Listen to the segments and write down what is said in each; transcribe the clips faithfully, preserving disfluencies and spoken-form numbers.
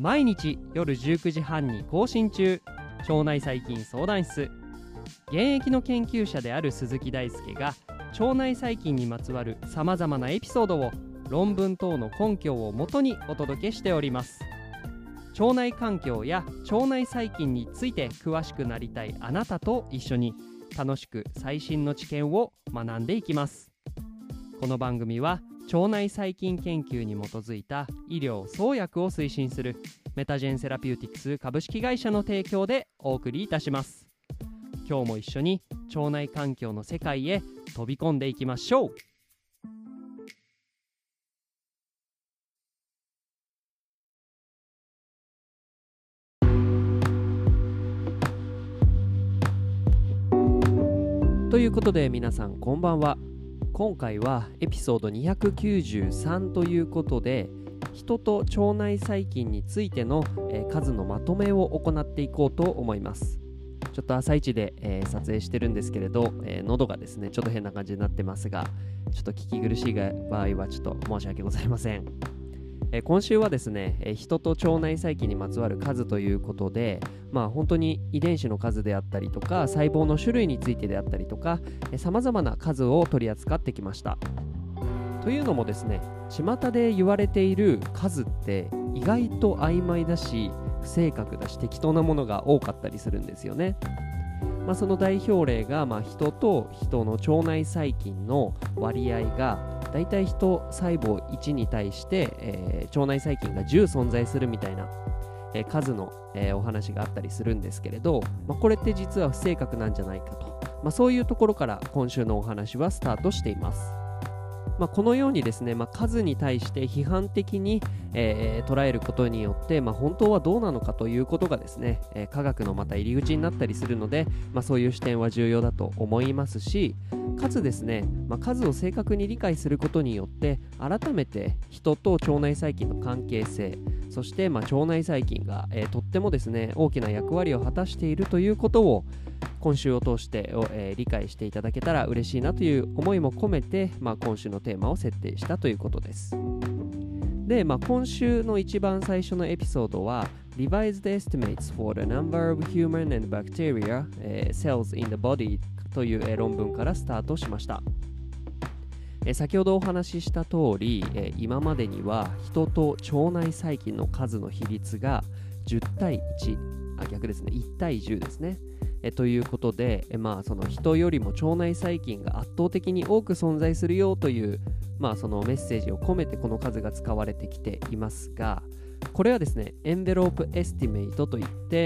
毎日夜じゅうくじはんに更新中、腸内細菌相談室。現役の研究者である鈴木大輔が腸内細菌にまつわるさまざまなエピソードを論文等の根拠をもとにお届けしております。腸内環境や腸内細菌について詳しくなりたいあなたと一緒に楽しく最新の知見を学んでいきます。この番組は腸内細菌研究に基づいた医療創薬を推進するメタジェンセラピューティクス株式会社の提供でお送りいたします。今日も一緒に腸内環境の世界へ飛び込んでいきましょう。ということで皆さんこんばんは。今回はエピソードにひゃくきゅうじゅうさんということで、人と腸内細菌についての、えー、数のまとめを行っていこうと思います。ちょっと朝一で、えー、撮影してるんですけれど、えー、喉がですねちょっと変な感じになってますが、ちょっと聞き苦しい場合はちょっと申し訳ございません。えー、今週はですね、えー、人と腸内細菌にまつわる数ということで、まあ本当に遺伝子の数であったりとか細胞の種類についてであったりとか、さまざまな数を取り扱ってきました。というのもですね、巷で言われている数って意外と曖昧だし不正確だし適当なものが多かったりするんですよね。まあ、その代表例が、まあ、人と人の腸内細菌の割合がだいたい人細胞いちに対して、えー、腸内細菌がじゅう存在するみたいな、えー、数の、えー、お話があったりするんですけれど、まあ、これって実は不正確なんじゃないかと、まあ、そういうところから今週のお話はスタートしています。まあ、このようにですね、まあ、数に対して批判的に、えー、捉えることによって、まあ、本当はどうなのかということがですね、えー、科学のまた入り口になったりするので、まあ、そういう視点は重要だと思いますし、かつですね、まあ、数を正確に理解することによって改めて人と腸内細菌の関係性、そしてまあ腸内細菌が、えー、とってもですね大きな役割を果たしているということを今週を通して、えー、理解していただけたら嬉しいなという思いも込めて、まあ、今週のテーマを設定したということです。で、まあ、今週の一番最初のエピソードは Revised Estimates for the Number of Human and Bacteria、えー、Cells in the Body という、えー、論文からスタートしました。えー、先ほどお話しした通り、えー、今までには人と腸内細菌の数の比率がじゅう対いち、あ、逆ですね、いち対じゅうですね。えということで、えまあ、その人よりも腸内細菌が圧倒的に多く存在するよという、まあ、そのメッセージを込めてこの数が使われてきていますが、これはですねエンベロープエスティメイトといって、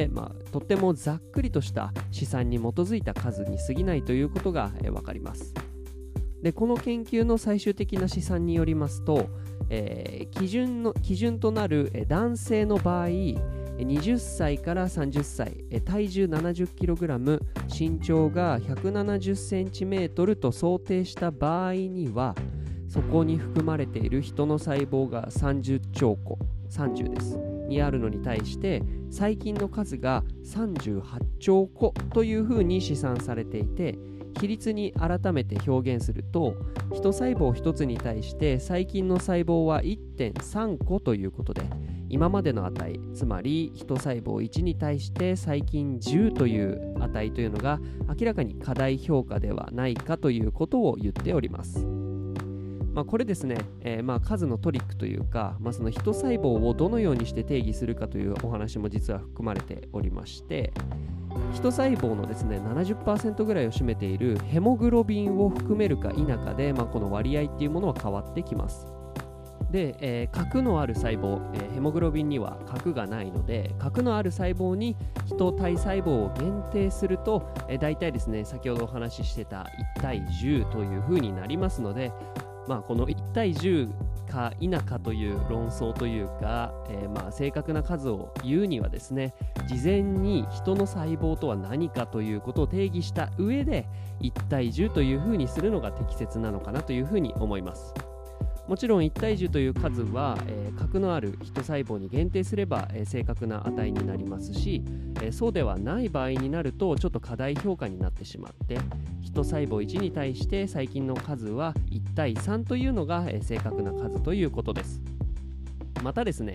まあ、とってもざっくりとした試算に基づいた数に過ぎないということが、え分かります。でこの研究の最終的な試算によりますと、えー、基準の基準となる、え男性の場合にじゅっさいからさんじゅっさい、体重 ななじゅっキログラム、 身長が ひゃくななじゅっセンチメートル と想定した場合には、そこに含まれている人の細胞がさんじゅっちょうこ、さんじゅうですにあるのに対して細菌の数がさんじゅうはちちょうこというふうに試算されていて、比率に改めて表現すると人細胞ひとつに対して細菌の細胞は いってんさんことということで、今までの値、つまり人細胞いちに対して細菌じゅうという値というのが明らかに過大評価ではないかということを言っております。まあ、これですね、えー、まあ数のトリックというか、まあ、その人細胞をどのようにして定義するかというお話も実は含まれておりまして、人細胞のですね ななじゅっパーセント ぐらいを占めているヘモグロビンを含めるか否かで、まあ、この割合っていうものは変わってきます。で、えー、核のある細胞、えー、ヘモグロビンには核がないので、核のある細胞に人体細胞を限定すると、えー、大体ですね先ほどお話ししてたいち対じゅうというふうになりますので、まあ、このいち対じゅうか否かという論争というか、えー、まあ正確な数を言うにはですね、事前に人の細胞とは何かということを定義した上でいち対じゅうというふうにするのが適切なのかなというふうに思います。もちろんいち対じゅうという数は、えー、核のある人細胞に限定すれば、えー、正確な値になりますし、えー、そうではない場合になるとちょっと過大評価になってしまって、人細胞いちに対して細菌の数はいち対さんというのが、えー、正確な数ということです。またですね、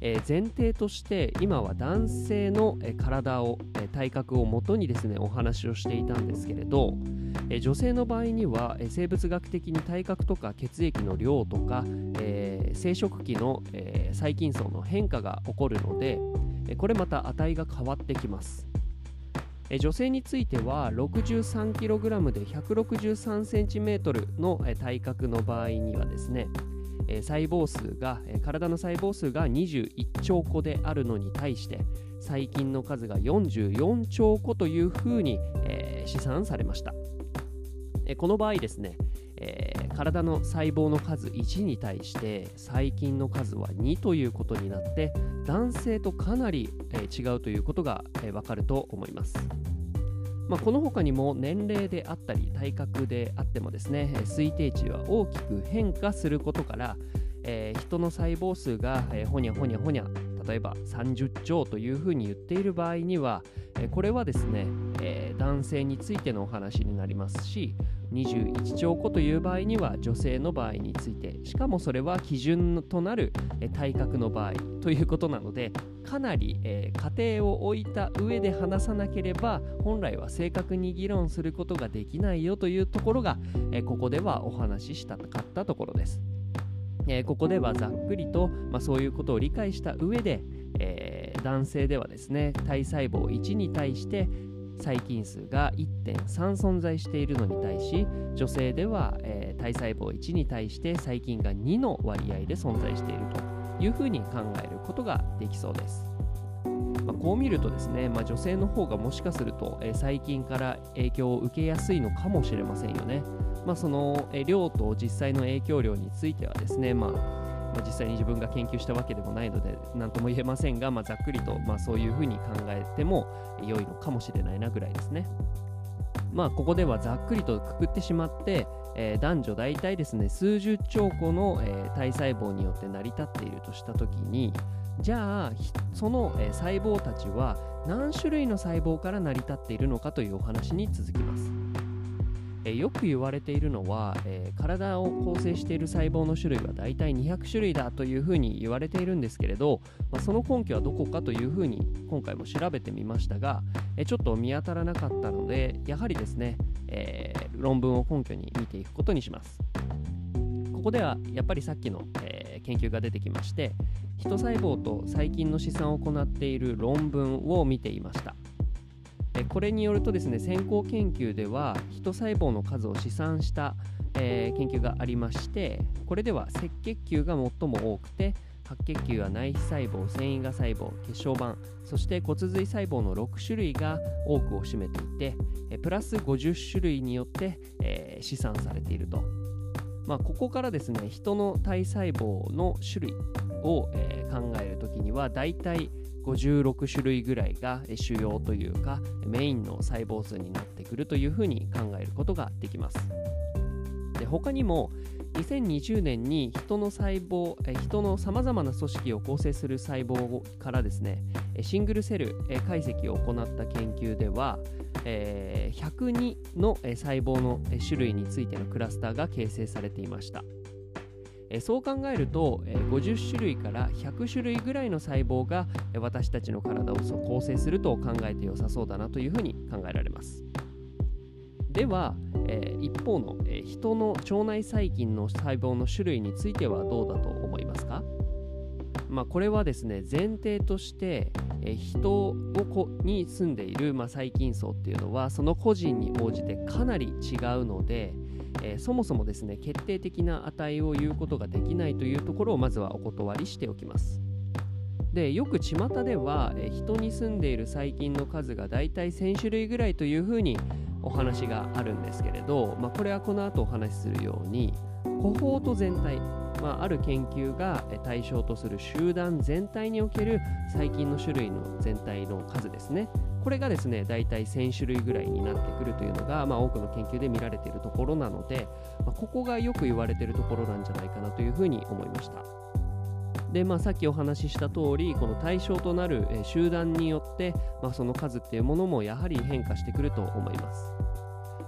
えー、前提として今は男性の、えー、体を、えー、体格をもとにですねお話をしていたんですけれど、えー、女性の場合には、えー、生物学的に体格とか血液の量とか、えー、生殖器の、えー、細菌層の変化が起こるので、えー、これまた値が変わってきます。えー、女性については ろくじゅうさんキログラム で ひゃくろくじゅうさんセンチメートル の、えー、体格の場合にはですね、えー、細胞数が、えー、体の細胞数がにじゅういっちょう個であるのに対して細菌の数がよんじゅうよんちょう個というふうに、えー、試算されました。えー、この場合ですね、えー、体の細胞の数いちに対して細菌の数はにということになって男性とかなり、えー、違うということが、えー、わかると思います。まあ、この他にも年齢であったり体格であってもですね推定値は大きく変化することから、えー、人の細胞数が、えー、ほにゃほにゃほにゃ例えばさんじゅっちょうというふうに言っている場合には、えー、これはですね、えー、男性についてのお話になりますしにじゅういちちょう個という場合には女性の場合についてしかもそれは基準となる、えー、体格の場合ということなのでかなり、えー、仮定を置いた上で話さなければ本来は正確に議論することができないよというところが、えー、ここではお話ししたかったところです。えー、ここではざっくりと、まあ、そういうことを理解した上で、えー、男性ではですね体細胞いちに対して細菌数が いってんさん 存在しているのに対し女性では、えー、体細胞いちに対して細菌がにの割合で存在しているというふうに考えることができそうです。まあ、こう見るとですね、まあ、女性の方がもしかすると、えー、細菌から影響を受けやすいのかもしれませんよね。まあ、その、えー、量と実際の影響量についてはですね、まあまあ、実際に自分が研究したわけでもないので何とも言えませんが、まあ、ざっくりと、まあ、そういうふうに考えても良いのかもしれないなぐらいですね。まあここではざっくりとくくってしまって、えー、男女大体ですね数十兆個の、えー、体細胞によって成り立っているとしたときにじゃあその、えー、細胞たちは何種類の細胞から成り立っているのかというお話に続きます。えー、よく言われているのは、えー、体を構成している細胞の種類はだいたいにひゃくしゅるいだというふうに言われているんですけれど、まあ、その根拠はどこかというふうに今回も調べてみましたが、えー、ちょっと見当たらなかったのでやはりですね、えー、論文を根拠に見ていくことにします。ここではやっぱりさっきの、えー、研究が出てきまして人細胞と細菌の試算を行っている論文を見ていました。これによるとですね先行研究では人細胞の数を試算した、えー、研究がありましてこれでは赤血球が最も多くて白血球や内皮細胞繊維芽細胞血小板そして骨髄細胞のろくしゅるいが多くを占めていてプラスごじゅっしゅるいによって、えー、試算されていると。まあ、ここからですね人の体細胞の種類を、えー、考えるときにはだいたいごじゅうろくしゅるいぐらいが主要というかメインの細胞数になってくるというふうに考えることができます。で他にもにせんにじゅうねんに人の細胞人のさまざまな組織を構成する細胞からですねシングルセル解析を行った研究ではひゃくにの細胞の種類についてのクラスターが形成されていました。そう考えるとごじゅっしゅるいからひゃくしゅるいぐらいの細胞が私たちの体を構成すると考えて良さそうだなというふうに考えられます。では一方の人の腸内細菌の細胞の種類についてはどうだと思いますか？まあ、これはですね前提として人に住んでいる、まあ、細菌層っていうのはその個人に応じてかなり違うのでえー、そもそもですね決定的な値を言うことができないというところをまずはお断りしておきます。でよく巷では、えー、人に住んでいる細菌の数がだいたいせんしゅるいぐらいというふうにお話があるんですけれど、まあ、これはこの後お話しするようにコホート全体、まあ、ある研究が対象とする集団全体における細菌の種類の全体の数ですねこれがですねだいたいせんしゅるいぐらいになってくるというのが、まあ、多くの研究で見られているところなので、まあ、ここがよく言われているところなんじゃないかなというふうに思いました。で、まあ、さっきお話しした通りこの対象となる集団によって、まあ、その数っていうものもやはり変化してくると思います。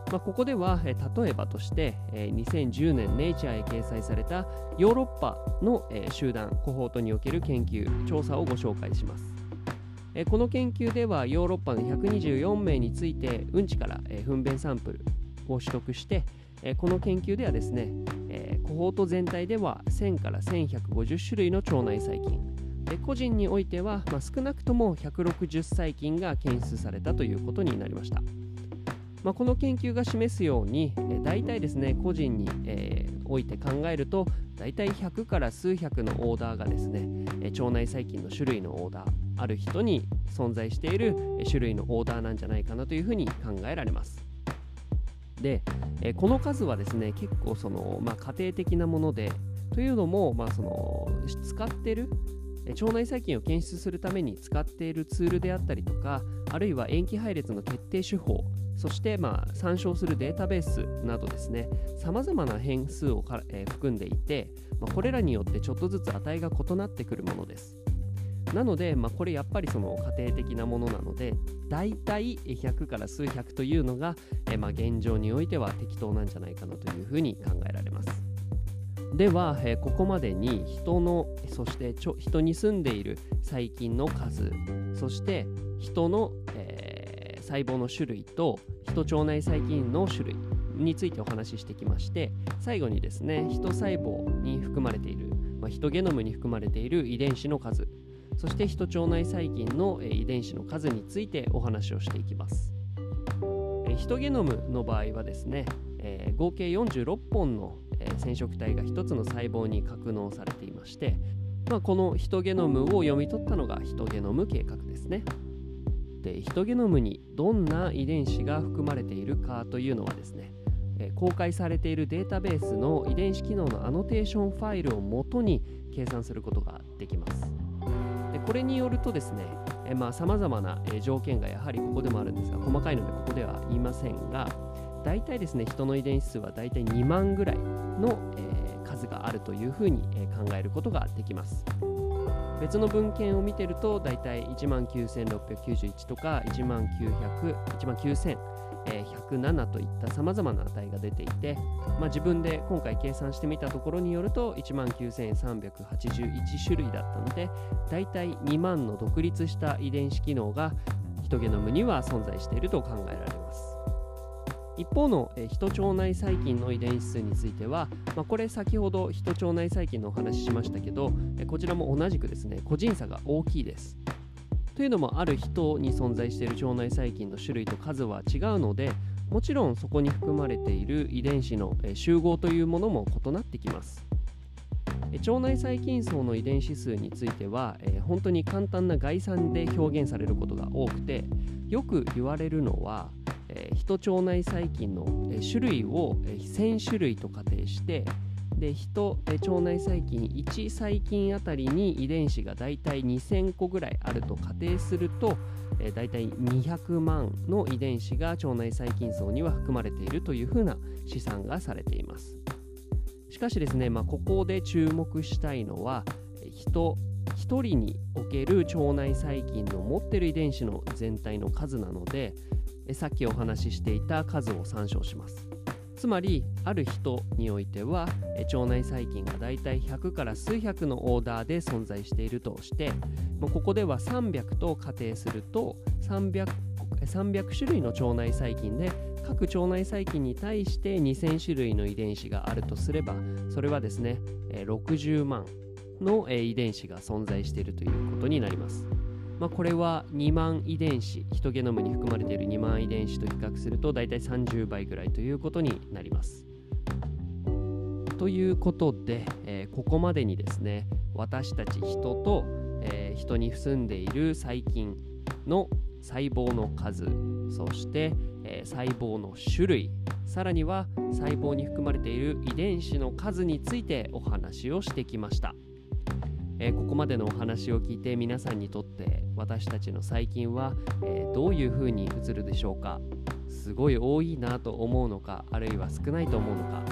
まあ、ここでは、えー例えばとして、えーにせんじゅうねんネイチャーへ掲載されたヨーロッパの、えー集団コホートにおける研究調査をご紹介します。えーこの研究ではヨーロッパのひゃくにじゅうよんめいについてうんちから、えー糞便サンプルを取得して、えーこの研究ではですね、えーコホート全体ではせんからせんひゃくごじゅっしゅるいの腸内細菌で、個人においては、まあ、少なくともひゃくろくじゅっ細菌が検出されたということになりました。まあ、この研究が示すように、えー、大体ですね、個人に、えー、おいて考えると大体ひゃくから数百のオーダーがですね、えー、腸内細菌の種類のオーダー、ある人に存在している、えー、種類のオーダーなんじゃないかなというふうに考えられます。で、えー、この数はですね、結構その、まあ、家庭的なもので、というのも、まあ、その使ってる腸内細菌を検出するために使っているツールであったりとか、あるいは塩基配列の決定手法、そしてまあ参照するデータベースなどですね、さまざまな変数をか、えー含んでいて、まあ、これらによってちょっとずつ値が異なってくるものです。なので、まあ、これやっぱりその家庭的なものなので、だいたいひゃくから数百というのが、えーまあ現状においては適当なんじゃないかなというふうに考えられます。では、えーここまでに人の、そしてちょ人に住んでいる細菌の数、そして人の、えー細胞の種類と人腸内細菌の種類についてお話ししてきまして、最後にですね、人細胞に含まれている、まあ、人ゲノムに含まれている遺伝子の数、そして人腸内細菌の、えー遺伝子の数についてお話をしていきます。えー人ゲノムの場合はですね、えー合計よんじゅうろっぽんの、えー染色体がひとつの細胞に格納されていまして、まあ、この人ゲノムを読み取ったのが人ゲノム計画ですね。で、人ゲノムにどんな遺伝子が含まれているかというのはですね、えー公開されているデータベースの遺伝子機能のアノテーションファイルをもとに計算することができます。で、これによるとですね、えーまあ様々な、えー条件がやはりここでもあるんですが、細かいのでここでは言いませんが、大体ですね、人の遺伝子数は大体にまんぐらいの、えー数があるというふうに、えー考えることができます。別の文献を見てると大体いちまんきゅうせんろっぴゃくきゅうじゅういちとかいちまんきゅうひゃく、いちまんきゅうせんひゃくななといった様々な値が出ていて、まあ、自分で今回計算してみたところによるといちまんきゅうせんさんびゃくはちじゅういち種類だったので、大体にまんの独立した遺伝子機能が人ゲノムには存在していると考えられます。一方の、えー人腸内細菌の遺伝子数については、まあ、これ先ほど人腸内細菌のお話ししましたけど、えーこちらも同じくですね、個人差が大きいです。というのも、ある人に存在している腸内細菌の種類と数は違うので、もちろんそこに含まれている遺伝子の、えー集合というものも異なってきます。えー腸内細菌層の遺伝子数については、えー本当に簡単な概算で表現されることが多くて、よく言われるのは、えー人腸内細菌の、えー種類を、えーせん種類と仮定して、で人、えー腸内細菌いち細菌あたりに遺伝子がだいたいにせんこぐらいあると仮定すると、えー、だいたいにひゃくまんの遺伝子が腸内細菌層には含まれているというふうな試算がされています。しかしですね、まあ、ここで注目したいのは、えー人ひとりにおける腸内細菌の持っている遺伝子の全体の数なので、えさっきお話ししていた数を参照します。つまり、ある人においてはえ腸内細菌がだいたいひゃくから数百のオーダーで存在しているとして、もうここではさんびゃくと仮定するとさんびゃく、さんびゃく種類の腸内細菌で、各腸内細菌に対してにせん種類の遺伝子があるとすれば、それはですね、ろくじゅうまんの遺伝子が存在しているということになります。まあ、これはにまん遺伝子、ヒトゲノムに含まれているにまん遺伝子と比較すると大体さんじゅうばいぐらいということになります。ということで、えー、ここまでにですね、私たち人と、えー、人に住んでいる細菌の細胞の数、そして、えー、細胞の種類、さらには細胞に含まれている遺伝子の数についてお話をしてきました。えー、ここまでのお話を聞いて、皆さんにとって私たちの細菌は、えー、どういうふうに映るでしょうか。すごい多いなと思うのか、あるいは少ないと思うのか、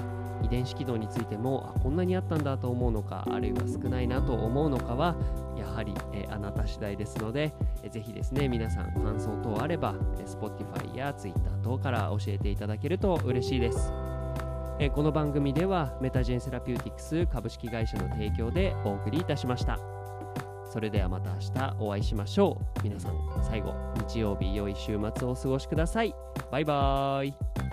遺伝子起動についてもあこんなにあったんだと思うのか、あるいは少ないなと思うのかはやはり、えー、あなた次第ですので、えー、ぜひですね皆さん感想等あれば、えー、Spotify や Twitter 等から教えていただけると嬉しいです。えー、この番組ではメタジェンセラピューティクス株式会社の提供でお送りいたしました。それではまた明日お会いしましょう。皆さん最後日曜日良い週末をお過ごしください。バイバーイ。